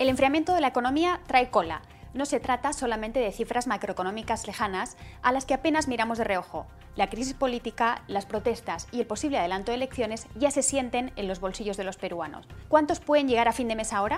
El enfriamiento de la economía trae cola. No se trata solamente de cifras macroeconómicas lejanas a las que apenas miramos de reojo. La crisis política, las protestas y el posible adelanto de elecciones ya se sienten en los bolsillos de los peruanos. ¿Cuántos pueden llegar a fin de mes ahora?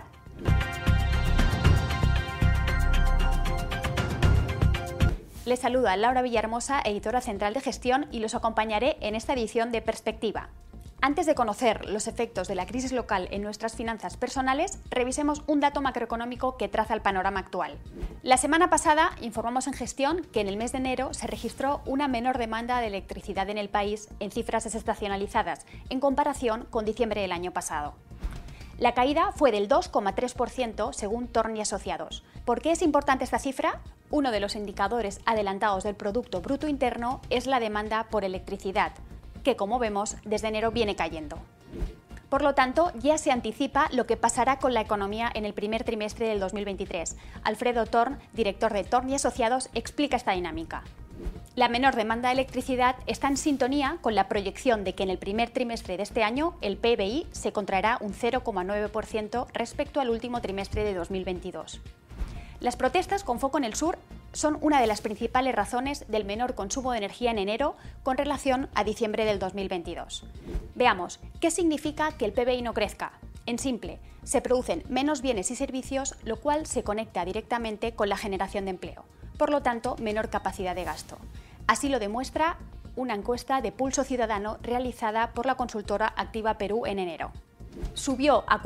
Les saluda Laura Villahermosa, editora central de Gestión, y los acompañaré en esta edición de Perspectiva. Antes de conocer los efectos de la crisis local en nuestras finanzas personales, revisemos un dato macroeconómico que traza el panorama actual. La semana pasada informamos en Gestión que en el mes de enero se registró una menor demanda de electricidad en el país en cifras desestacionalizadas, en comparación con diciembre del año pasado. La caída fue del 2,3% según Thorne y Asociados. ¿Por qué es importante esta cifra? Uno de los indicadores adelantados del Producto Bruto Interno es la demanda por electricidad, que como vemos desde enero viene cayendo. Por lo tanto, ya se anticipa lo que pasará con la economía en el primer trimestre del 2023. Alfredo Thorne, director de Thorne y Asociados, explica esta dinámica. La menor demanda de electricidad está en sintonía con la proyección de que en el primer trimestre de este año el PBI se contraerá un 0,9% respecto al último trimestre de 2022. Las protestas con foco en el sur son una de las principales razones del menor consumo de energía en enero con relación a diciembre del 2022. Veamos, ¿qué significa que el PBI no crezca? En simple, se producen menos bienes y servicios, lo cual se conecta directamente con la generación de empleo. Por lo tanto, menor capacidad de gasto. Así lo demuestra una encuesta de Pulso Ciudadano realizada por la consultora Activa Perú en enero. Subió a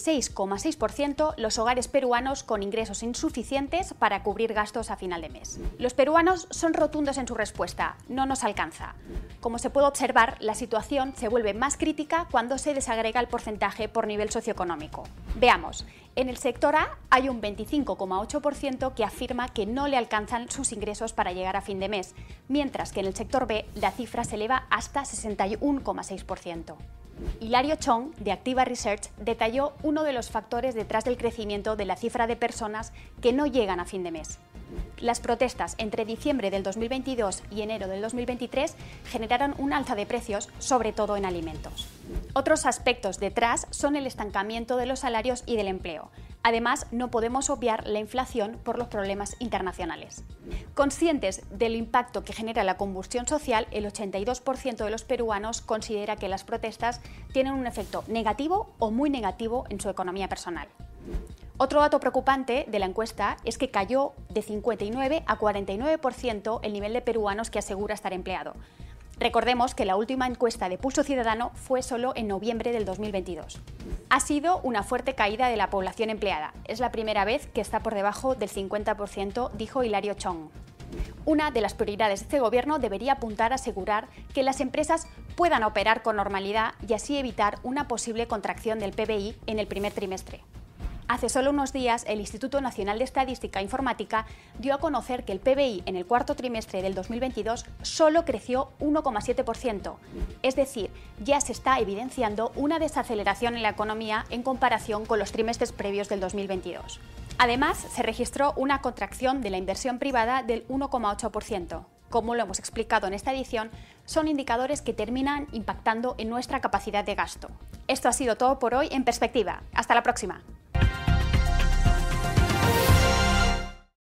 46,6% los hogares peruanos con ingresos insuficientes para cubrir gastos a final de mes. Los peruanos son rotundos en su respuesta: no nos alcanza. Como se puede observar, la situación se vuelve más crítica cuando se desagrega el porcentaje por nivel socioeconómico. Veamos, en el sector A hay un 25,8% que afirma que no le alcanzan sus ingresos para llegar a fin de mes, mientras que en el sector B la cifra se eleva hasta 61,6%. Hilario Chong, de Activa Research, detalló uno de los factores detrás del crecimiento de la cifra de personas que no llegan a fin de mes. Las protestas entre diciembre del 2022 y enero del 2023 generaron un alza de precios, sobre todo en alimentos. Otros aspectos detrás son el estancamiento de los salarios y del empleo. Además, no podemos obviar la inflación por los problemas internacionales. Conscientes del impacto que genera la combustión social, el 82% de los peruanos considera que las protestas tienen un efecto negativo o muy negativo en su economía personal. Otro dato preocupante de la encuesta es que cayó de 59 a 49% el nivel de peruanos que asegura estar empleado. Recordemos que la última encuesta de Pulso Ciudadano fue solo en noviembre del 2022. Ha sido una fuerte caída de la población empleada. Es la primera vez que está por debajo del 50%, dijo Hilario Chong. Una de las prioridades de este gobierno debería apuntar a asegurar que las empresas puedan operar con normalidad y así evitar una posible contracción del PBI en el primer trimestre. Hace solo unos días, el Instituto Nacional de Estadística e Informática dio a conocer que el PBI en el cuarto trimestre del 2022 solo creció 1,7%. Es decir, ya se está evidenciando una desaceleración en la economía en comparación con los trimestres previos del 2022. Además, se registró una contracción de la inversión privada del 1,8%. Como lo hemos explicado en esta edición, son indicadores que terminan impactando en nuestra capacidad de gasto. Esto ha sido todo por hoy en Perspectiva. Hasta la próxima.